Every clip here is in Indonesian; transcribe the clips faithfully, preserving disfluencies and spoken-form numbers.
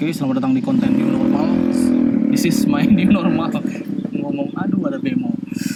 Oke, selamat datang di konten new normal. This is my new normal. Ngomong, aduh ada demo.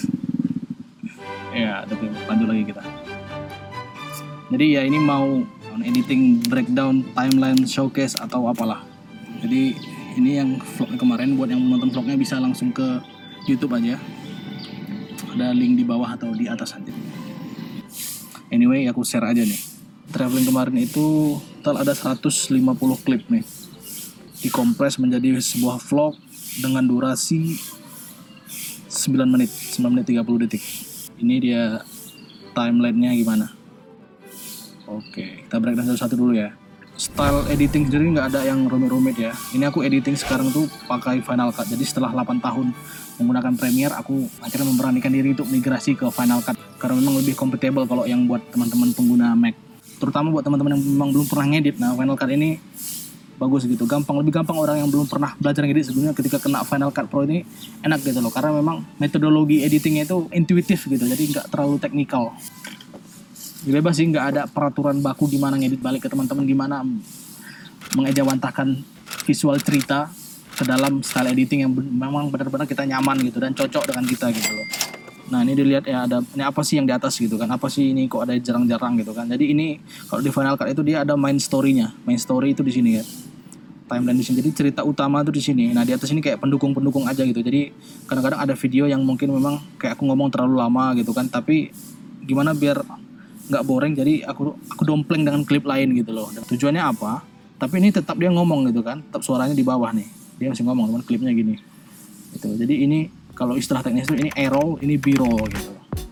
Ya, ada demo. Lanjut lagi kita. Jadi ya ini mau editing breakdown, timeline, showcase atau apalah. Jadi ini yang vlognya kemarin, buat yang menonton vlognya bisa langsung ke YouTube aja. Ada link di bawah atau di atas nanti. Anyway, aku share aja nih. Traveling kemarin itu total ada seratus lima puluh klip nih. Dikompres menjadi sebuah vlog dengan durasi sembilan menit, sembilan menit tiga puluh detik. Ini dia timeline-nya gimana. Oke, kita breakdown satu-satu dulu ya. Style editing sendiri nggak ada yang rumit-rumit ya. Ini aku editing sekarang tuh pakai Final Cut. Jadi setelah delapan tahun menggunakan Premiere, aku akhirnya memberanikan diri untuk migrasi ke Final Cut. Karena memang lebih compatible kalau yang buat teman-teman pengguna Mac. Terutama buat teman-teman yang memang belum pernah ngedit. Nah, Final Cut ini bagus gitu, gampang, lebih gampang orang yang belum pernah belajar ngedit sebelumnya ketika kena Final Cut Pro ini enak gitu loh, karena memang metodologi editingnya itu intuitif gitu, jadi nggak terlalu teknikal, bebas sih, nggak ada peraturan baku gimana ngedit, balik ke teman-teman gimana mengejawantahkan visual cerita ke dalam style editing yang memang benar-benar kita nyaman gitu dan cocok dengan kita gitu loh. Nah ini dilihat ya, ada ini apa sih yang di atas gitu kan, apa sih ini kok ada jarang-jarang gitu kan. Jadi ini kalau di Final Cut itu dia ada main story-nya, main story itu di sini ya, timeline di sini. Jadi cerita utama itu di sini. Nah di atas ini kayak pendukung-pendukung aja gitu. Jadi kadang-kadang ada video yang mungkin memang kayak aku ngomong terlalu lama gitu kan, tapi gimana biar nggak boring, jadi aku aku dompleng dengan klip lain gitu loh. Dan tujuannya apa? Tapi ini tetap dia ngomong gitu kan, tetap suaranya di bawah nih, dia masih ngomong, cuman klipnya gini gitu. Jadi ini kalau istilah teknis itu ini A-roll, ini B-roll gitu.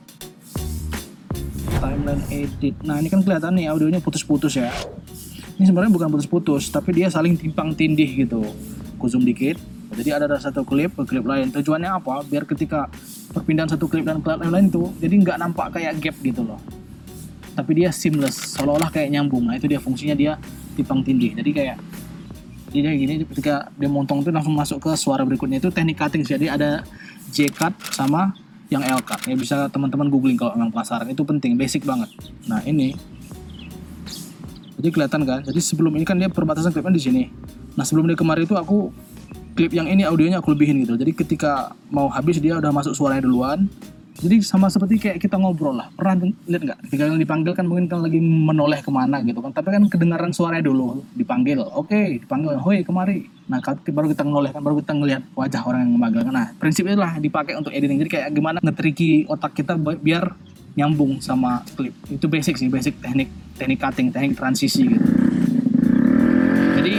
Timeline edit. Nah ini kan kelihatan nih audionya putus-putus ya. Ini sebenarnya bukan putus-putus, tapi dia saling timpang tindih gitu. Aku zoom dikit. Jadi ada satu klip ke klip lain. Tujuannya apa? Biar ketika perpindahan satu klip dan klip lain itu, jadi nggak nampak kayak gap gitu loh. Tapi dia seamless, seolah-olah kayak nyambung. Nah itu dia fungsinya, dia timpang tindih. Jadi kayak jadi gini, ketika dia montong itu langsung masuk ke suara berikutnya, itu teknik cutting. Jadi ada J-cut sama yang L-cut. Ya bisa teman-teman googling kalau memang penasaran. Itu penting, basic banget. Nah ini, jadi kelihatan kan. Jadi sebelum ini kan dia perbatasan klipnya di sini. Nah sebelum dia kemarin itu aku klip yang ini audionya aku lebihin gitu. Jadi ketika mau habis dia udah masuk suaranya duluan. Jadi sama seperti kayak kita ngobrol lah. Pernah lihat nggak? Ketika yang dipanggil kan mungkin kan lagi menoleh kemana gitu kan. Tapi kan kedengaran suaranya dulu. Dipanggil, oke, okay, dipanggil, hoi kemari. Nah baru kita menoleh kan, baru kita ngelihat wajah orang yang memanggil. Nah prinsipnya lah dipakai untuk editing. Jadi kayak gimana nge-tricky otak kita biar nyambung sama klip. Itu basic sih, basic teknik teknik cutting, teknik transisi gitu. Jadi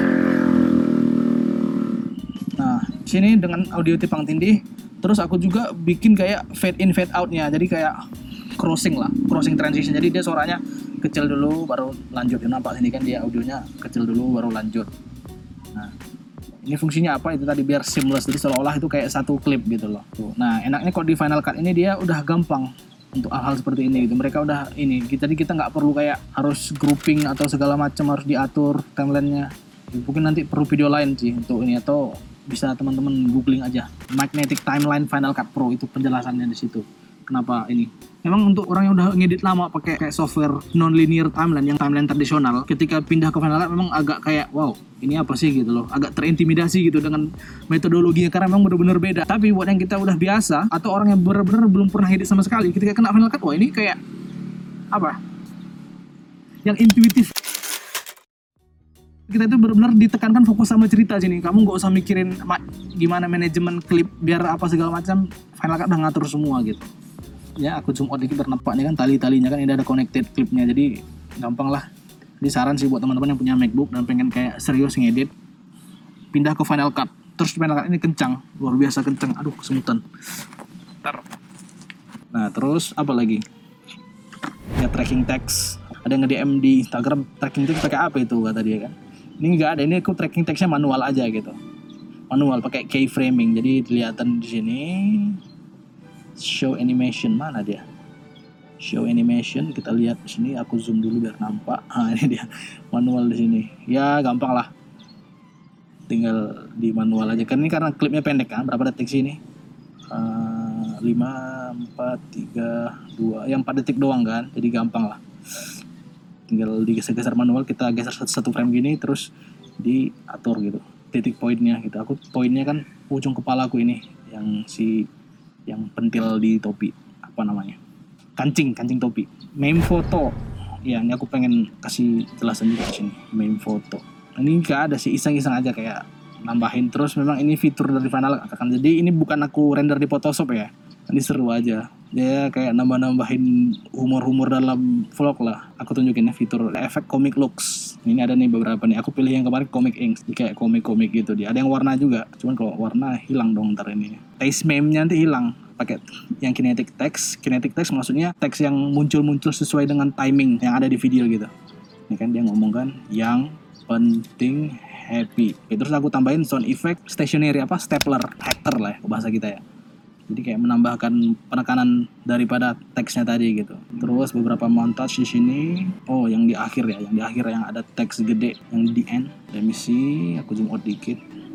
nah sini dengan audio timpang tindih. Terus aku juga bikin kayak fade in fade out-nya. Jadi kayak crossing lah, crossing transition. Jadi dia suaranya kecil dulu baru lanjut. Nampak sini kan dia audionya kecil dulu baru lanjut. Nah, ini fungsinya apa? Itu tadi biar seamless. Jadi seolah-olah itu kayak satu klip gitu loh. Tuh. Nah, enaknya kalau di Final Cut ini dia udah gampang untuk hal-hal seperti ini gitu. Mereka udah ini. Jadi kita nggak perlu kayak harus grouping atau segala macam harus diatur timelinenya. Mungkin nanti perlu video lain sih untuk ini, atau bisa teman-teman googling aja Magnetic Timeline Final Cut Pro, itu penjelasannya di situ. Kenapa ini? Memang untuk orang yang udah ngedit lama pakai kayak software non-linear timeline, yang timeline tradisional, ketika pindah ke Final Cut memang agak kayak wow, ini apa sih gitu loh. Agak terintimidasi gitu dengan metodologinya karena memang benar-benar beda. Tapi buat yang kita udah biasa atau orang yang benar-benar belum pernah ngedit sama sekali, ketika kena Final Cut, wah ini kayak apa? Yang intuitif. Kita itu benar-benar ditekankan fokus sama cerita sini. Kamu nggak usah mikirin ma- gimana manajemen klip biar apa segala macam. Final Cut udah ngatur semua gitu. Ya aku zoom out dikit biar nampak nih kan tali-talinya kan, ini ada connected klipnya, jadi gampang lah. Jadi saran sih buat teman-teman yang punya MacBook dan pengen kayak serius ngedit, pindah ke Final Cut. Terus Final Cut ini kencang, luar biasa kencang. Aduh kesemutan. Ntar. Nah terus apa lagi? Ya tracking text. Ada yang nge-D M di Instagram, tracking text pakai apa itu kata dia kan. Ini nggak ada, ini aku tracking text-nya manual aja gitu. Manual pakai keyframing. Jadi kelihatan di sini. Show animation, mana dia? Show animation, kita lihat di sini, aku zoom dulu biar nampak. Ah ini dia. Manual di sini. Ya gampang lah. Tinggal di manual aja. Kan ini karena klipnya pendek kan, berapa detik sih ini? Uh, lima, empat, tiga, dua. Yang empat detik doang kan. Jadi gampang lah. Tinggal digeser-geser manual, kita geser satu frame gini, terus diatur gitu titik poinnya gitu. Aku poinnya kan ujung kepala aku ini yang si yang pentil di topi, apa namanya, kancing kancing topi. Meme foto ya, ini aku pengen kasih jelasan juga di sini. Meme foto ini gak ada sih, iseng-iseng aja kayak nambahin. Terus memang ini fitur dari Final Cut kan, jadi ini bukan aku render di Photoshop ya, ini seru aja dia kayak nambah-nambahin humor-humor dalam vlog lah. Aku tunjukin ya fitur efek comic looks. Ini ada nih beberapa nih, aku pilih yang kemarin comic ink, kayak komik-komik gitu dia. Ada yang warna juga, cuman kalau warna hilang dong ntar ini. Taste meme-nya nanti hilang pakai yang kinetic text. Kinetic text maksudnya teks yang muncul-muncul sesuai dengan timing yang ada di video gitu. Ini kan dia ngomong kan, yang penting happy. Oke, terus aku tambahin sound effect stationary, apa stapler, hatter lah ya bahasa kita ya. Jadi kayak menambahkan penekanan daripada teksnya tadi gitu. Terus beberapa montage di sini. Oh, yang di akhir ya, yang di akhir yang ada teks gede yang di end. Let me see, aku zoom out dikit.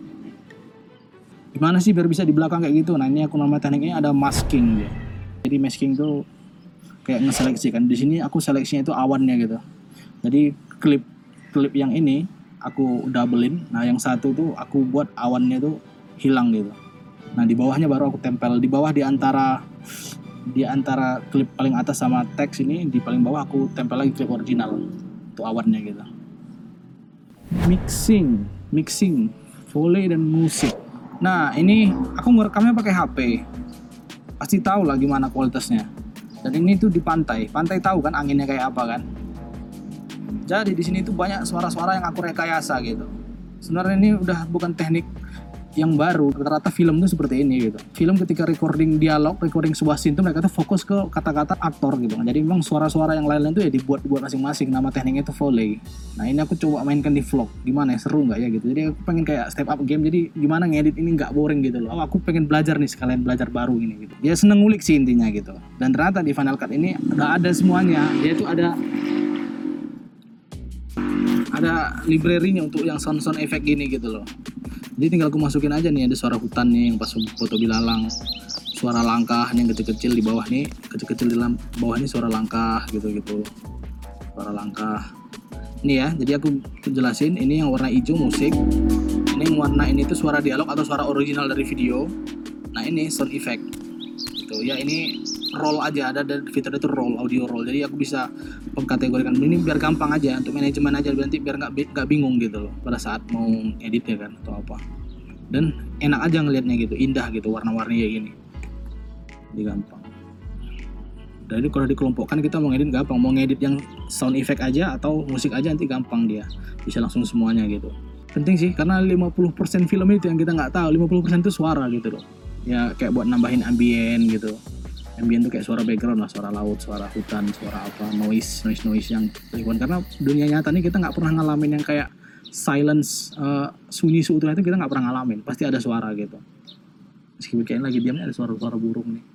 Gimana sih biar bisa di belakang kayak gitu? Nah, ini aku nama tekniknya ada masking ya. Jadi masking tuh kayak ngeseleksi kan. Di sini aku seleksinya itu awannya gitu. Jadi klip klip yang ini aku doublein. Nah, yang satu tuh aku buat awannya tuh hilang gitu. Nah, di bawahnya baru aku tempel. Di bawah di antara di antara klip paling atas sama teks ini, di paling bawah aku tempel lagi klip original untuk awannya gitu. Mixing, mixing, foley dan musik. Nah, ini aku ngerekamnya pakai H P. Pasti tahu lah gimana kualitasnya. Dan ini tuh di pantai. Pantai tahu kan anginnya kayak apa kan? Jadi di sini tuh banyak suara-suara yang aku rekayasa gitu. Sebenarnya ini udah bukan teknik yang baru, rata-rata film tuh seperti ini gitu. Film ketika recording dialog, recording sebuah scene tuh mereka tuh fokus ke kata-kata aktor gitu. Jadi memang suara-suara yang lain-lain tuh ya dibuat-buat masing-masing. Nama tekniknya itu Foley. Nah, ini aku coba mainkan di vlog. Gimana ya, seru nggak ya gitu. Jadi aku pengen kayak step up game. Jadi gimana ngedit ini nggak boring gitu loh. Oh, aku pengen belajar nih, sekalian belajar baru ini gitu. Dia seneng ngulik sih intinya gitu. Dan ternyata di Final Cut ini udah ada semuanya. Dia tuh ada ada library-nya untuk yang sound-sound efek gini gitu loh. Jadi tinggal aku masukin aja nih, ada suara hutan nih yang pas foto bilalang, suara langkah nih yang kecil-kecil di bawah nih, kecil-kecil di bawah nih suara langkah gitu-gitu, suara langkah. Ini ya, jadi aku jelasin, ini yang warna hijau musik, ini yang warna ini tuh suara dialog atau suara original dari video. Nah, ini sound effect gitu ya. Ini roll aja, ada dari fitur itu roll, audio roll. Jadi aku bisa mengkategorikan ini biar gampang aja untuk manajemen aja, nanti biar nggak nggak bingung gitu loh pada saat mau edit ya kan atau apa. Dan enak aja ngelihatnya gitu, indah gitu, warna-warni kayak gini. Jadi gampang. Jadi kalau dikelompokkan kita mau ngedit gampang, mau ngedit yang sound effect aja atau musik aja nanti gampang, dia bisa langsung semuanya gitu. Penting sih karena lima puluh persen film itu yang kita nggak tahu, lima puluh persen itu suara gitu loh. Ya kayak buat nambahin ambien gitu. Ambient tuh kayak suara background lah, suara laut, suara hutan, suara apa, noise, noise, noise yang lingkungan. Karena dunia nyata nih kita nggak pernah ngalamin yang kayak silence, uh, sunyi seutuhnya itu kita nggak pernah ngalamin. Pasti ada suara gitu. Meskipun kayaknya lagi diamnya ada suara-suara burung nih.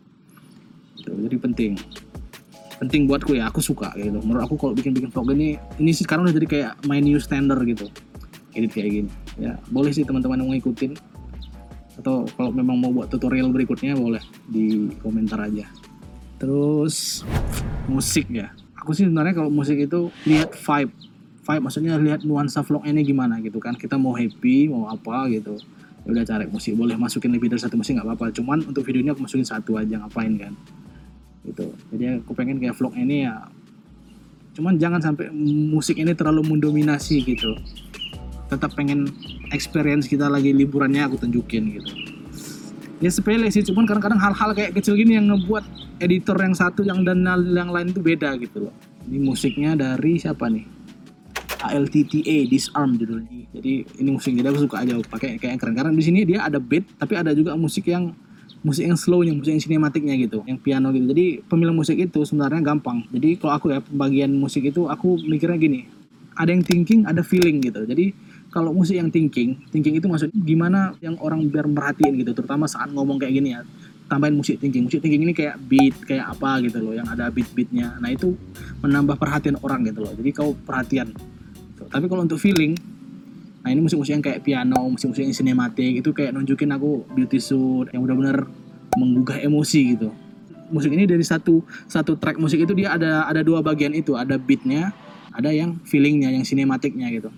Gitu, jadi penting, penting buatku ya. Aku suka gitu. Menurut aku kalau bikin-bikin vlog ini, ini sekarang udah jadi kayak my new standard gitu. Edit kayak gini. Ya boleh sih teman-teman yang mau ngikutin. Atau kalau memang mau buat tutorial berikutnya boleh di komentar aja. Terus musik ya, aku sih sebenarnya kalau musik itu lihat vibe, vibe maksudnya lihat nuansa vlog ini gimana gitu kan. Kita mau happy, mau apa gitu, ya udah cari musik. Boleh masukin lebih dari satu musik nggak apa-apa. Cuman untuk video ini aku masukin satu aja, ngapain kan? Gitu. Jadi aku pengen kayak vlog ini ya. Cuman jangan sampai musik ini terlalu mendominasi gitu. Tetap pengen experience kita lagi liburannya aku tunjukin gitu. Ya sepele sih, cuman kadang-kadang hal-hal kayak kecil gini yang ngebuat editor yang satu yang dan yang lain itu beda gitu loh. Ini musiknya dari siapa nih? A L T T A Disarm judulnya. Jadi ini musik jadi aku suka aja pakai kayak yang keren karena di sini dia ada beat tapi ada juga musik yang musik yang slownya, musik yang sinematiknya gitu, yang piano gitu. Jadi pemilihan musik itu sebenarnya gampang. Jadi kalau aku ya pembagian musik itu aku mikirnya gini. Ada yang thinking, ada feeling gitu. Jadi kalau musik yang thinking, thinking itu maksudnya gimana yang orang biar merhatiin gitu, terutama saat ngomong kayak gini ya. Tambahin musik thinking, musik thinking ini kayak beat, kayak apa gitu loh, yang ada beat-beatnya. Nah itu menambah perhatian orang gitu loh. Jadi kau perhatian. Tapi kalau untuk feeling, nah ini musik-musik yang kayak piano, musik-musik yang sinematik itu kayak nunjukin aku beauty shoot yang benar-benar menggugah emosi gitu. Musik ini dari satu satu track musik itu dia ada ada dua bagian itu, ada beatnya, ada yang feelingnya, yang sinematiknya gitu.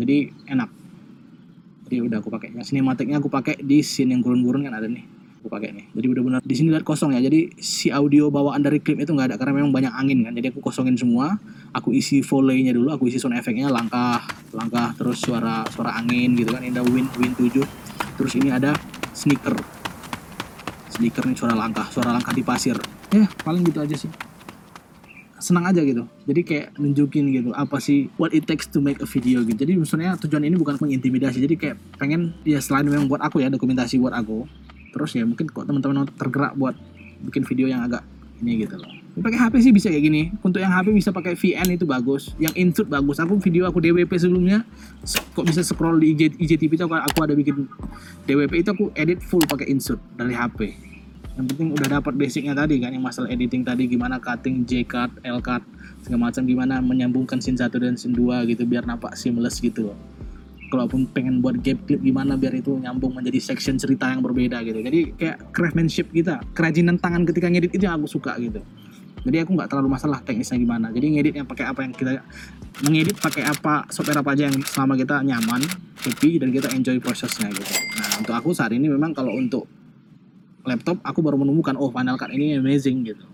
jadi enak. Jadi udah aku pakai yang sinematiknya, aku pakai di scene yang gurun-gurun kan ada nih, aku pakai nih. Jadi benar-benar di sini lihat kosong ya, jadi si audio bawaan dari klip itu nggak ada karena memang banyak angin kan. Jadi aku kosongin semua, aku isi volley-nya dulu, aku isi sound effect-nya, langkah langkah terus suara suara angin gitu kan, ada wind wind tujuh. Terus ini ada sneaker sneaker nih, suara langkah suara langkah di pasir. Ya paling gitu aja sih, senang aja gitu. Jadi kayak nunjukin gitu apa sih what it takes to make a video gitu. Jadi maksudnya tujuan ini bukan mengintimidasi, jadi kayak pengen ya selain memang buat aku ya, dokumentasi buat aku, terus ya mungkin kok teman-teman tergerak buat bikin video yang agak ini gitu loh. Pakai H P sih bisa kayak gini. Untuk yang H P bisa pakai V N itu bagus, yang insert bagus. Aku video aku D W P sebelumnya kok bisa scroll di I G T V itu, aku ada bikin D W P itu aku edit full pakai insert dari H P. Yang penting udah dapat basicnya tadi kan, yang masalah editing tadi, gimana cutting, J-cut, L-cut, segala macam, gimana menyambungkan scene satu dan scene dua gitu biar nampak seamless gitu loh. Kalaupun pengen buat gap clip gimana biar itu nyambung menjadi section cerita yang berbeda gitu. Jadi kayak craftsmanship kita, kerajinan tangan ketika ngedit itu yang aku suka gitu. Jadi aku nggak terlalu masalah teknisnya gimana. Jadi ngeditnya pakai apa yang kita mengedit, pakai apa software apa aja yang selama kita nyaman, happy, dan kita enjoy prosesnya gitu. Nah untuk aku saat ini memang kalau untuk laptop aku baru menemukan oh Final Cut ini amazing gitu.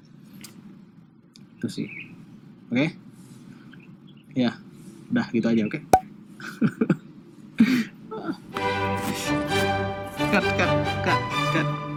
Itu sih. Oke. Okay? Ya, udah gitu aja, oke. Okay? cut cut cut cut